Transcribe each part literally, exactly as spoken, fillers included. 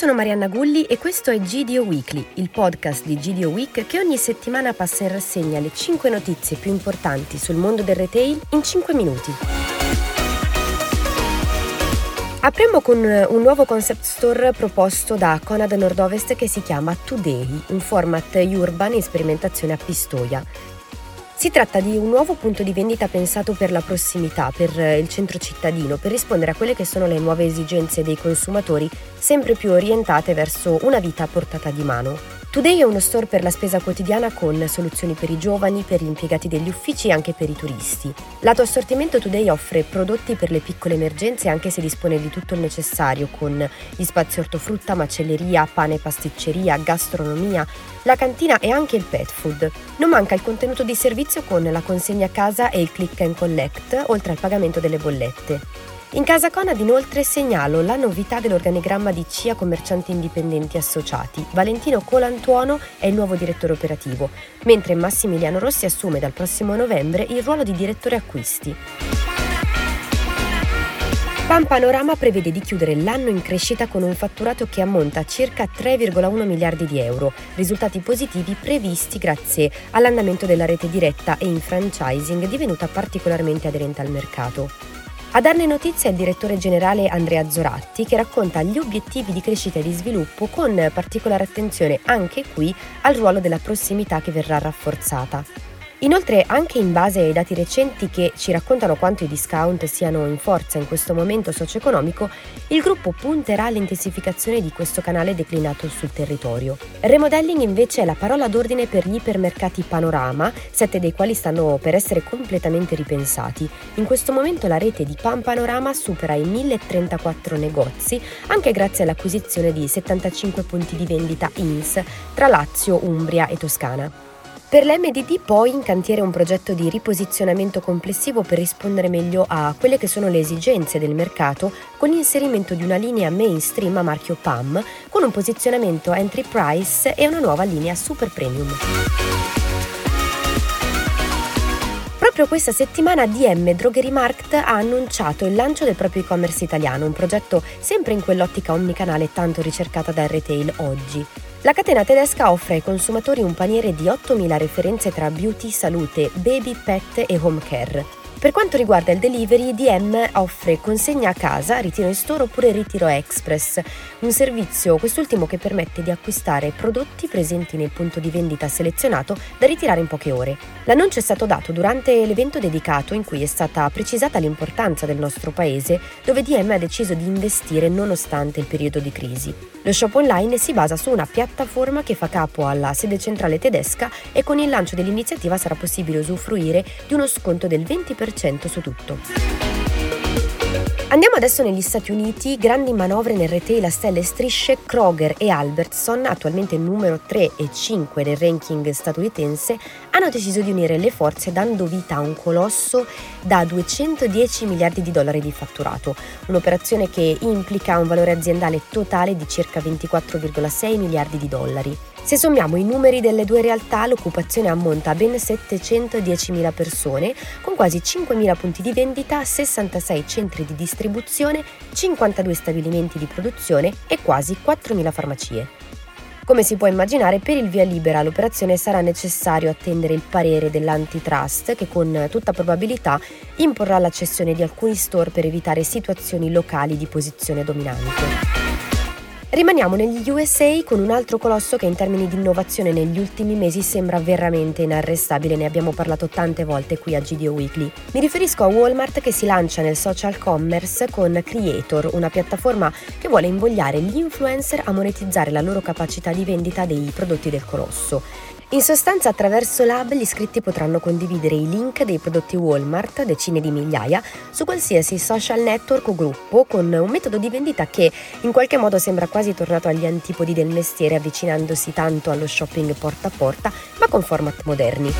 sono Marianna Gulli e questo è G D O Weekly, il podcast di G D O Week che ogni settimana passa in rassegna le cinque notizie più importanti sul mondo del retail in cinque minuti. Apriamo con un nuovo concept store proposto da Conad Nord-Ovest che si chiama Today, un format urban in sperimentazione a Pistoia. Si tratta di un nuovo punto di vendita pensato per la prossimità, per il centro cittadino, per rispondere a quelle che sono le nuove esigenze dei consumatori, sempre più orientate verso una vita a portata di mano. Today è uno store per la spesa quotidiana con soluzioni per i giovani, per gli impiegati degli uffici e anche per i turisti. Lato assortimento, Today offre prodotti per le piccole emergenze anche se dispone di tutto il necessario con gli spazi ortofrutta, macelleria, pane e pasticceria, gastronomia, la cantina e anche il pet food. Non manca il contenuto di servizio con la consegna a casa e il click and collect, oltre al pagamento delle bollette. In casa Conad inoltre segnalo la novità dell'organigramma di C I A Commercianti Indipendenti Associati. Valentino Colantuono è il nuovo direttore operativo, mentre Massimiliano Rossi assume dal prossimo novembre il ruolo di direttore acquisti. Panorama prevede di chiudere l'anno in crescita con un fatturato che ammonta a circa tre virgola uno miliardi di euro, risultati positivi previsti grazie all'andamento della rete diretta e in franchising divenuta particolarmente aderente al mercato. A darne notizia è il direttore generale Andrea Zoratti che racconta gli obiettivi di crescita e di sviluppo con particolare attenzione anche qui al ruolo della prossimità che verrà rafforzata. Inoltre, anche in base ai dati recenti che ci raccontano quanto i discount siano in forza in questo momento socio-economico, il gruppo punterà all'intensificazione di questo canale declinato sul territorio. Remodelling invece è la parola d'ordine per gli ipermercati Panorama, sette dei quali stanno per essere completamente ripensati. In questo momento la rete di Pan Panorama supera i mille trentaquattro negozi, anche grazie all'acquisizione di settantacinque punti di vendita I N S tra Lazio, Umbria e Toscana. Per l'M D D poi in cantiere un progetto di riposizionamento complessivo per rispondere meglio a quelle che sono le esigenze del mercato con l'inserimento di una linea mainstream a marchio P A M con un posizionamento entry price e una nuova linea super premium. Proprio questa settimana D M Drogerie Markt ha annunciato il lancio del proprio e-commerce italiano, un progetto sempre in quell'ottica omnicanale tanto ricercata dal retail oggi. La catena tedesca offre ai consumatori un paniere di ottomila referenze tra beauty, salute, baby, pet e home care. Per quanto riguarda il delivery, D M offre consegna a casa, ritiro in store oppure ritiro express, un servizio quest'ultimo che permette di acquistare prodotti presenti nel punto di vendita selezionato da ritirare in poche ore. L'annuncio è stato dato durante l'evento dedicato in cui è stata precisata l'importanza del nostro paese, dove D M ha deciso di investire nonostante il periodo di crisi. Lo shop online si basa su una piattaforma che fa capo alla sede centrale tedesca e con il lancio dell'iniziativa sarà possibile usufruire di uno sconto del venti per cento su tutto. Andiamo adesso negli Stati Uniti, grandi manovre nel retail a stelle strisce. Kroger e Albertson, attualmente numero tre e cinque del ranking statunitense, hanno deciso di unire le forze dando vita a un colosso da duecentodieci miliardi di dollari di fatturato, un'operazione che implica un valore aziendale totale di circa ventiquattro virgola sei miliardi di dollari. Se sommiamo i numeri delle due realtà, l'occupazione ammonta a ben settecentodiecimila persone, con quasi cinquemila punti di vendita, sessantasei centri di distribuzione, cinquantadue stabilimenti di produzione e quasi quattromila farmacie. Come si può immaginare, per il via libera all'operazione sarà necessario attendere il parere dell'antitrust che con tutta probabilità imporrà la cessione di alcuni store per evitare situazioni locali di posizione dominante. Rimaniamo negli U S A con un altro colosso che in termini di innovazione negli ultimi mesi sembra veramente inarrestabile, ne abbiamo parlato tante volte qui a G D O Weekly. Mi riferisco a Walmart che si lancia nel social commerce con Creator, una piattaforma che vuole invogliare gli influencer a monetizzare la loro capacità di vendita dei prodotti del colosso. In sostanza, attraverso l'hub gli iscritti potranno condividere i link dei prodotti Walmart, decine di migliaia, su qualsiasi social network o gruppo, con un metodo di vendita che in qualche modo sembra quasi tornato agli antipodi del mestiere, avvicinandosi tanto allo shopping porta a porta, ma con format moderni.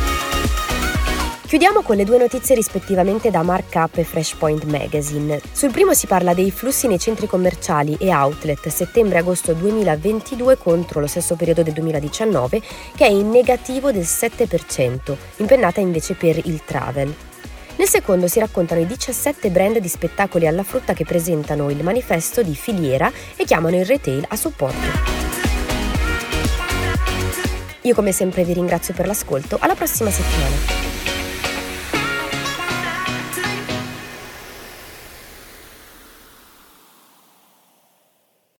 Chiudiamo con le due notizie rispettivamente da Markup e Freshpoint Magazine. Sul primo si parla dei flussi nei centri commerciali e outlet settembre-agosto duemilaventidue contro lo stesso periodo del duemiladiciannove, che è in negativo del sette per cento, impennata invece per il travel. Nel secondo si raccontano i diciassette brand di spettacoli alla frutta che presentano il manifesto di filiera e chiamano il retail a supporto. Io come sempre vi ringrazio per l'ascolto, alla prossima settimana.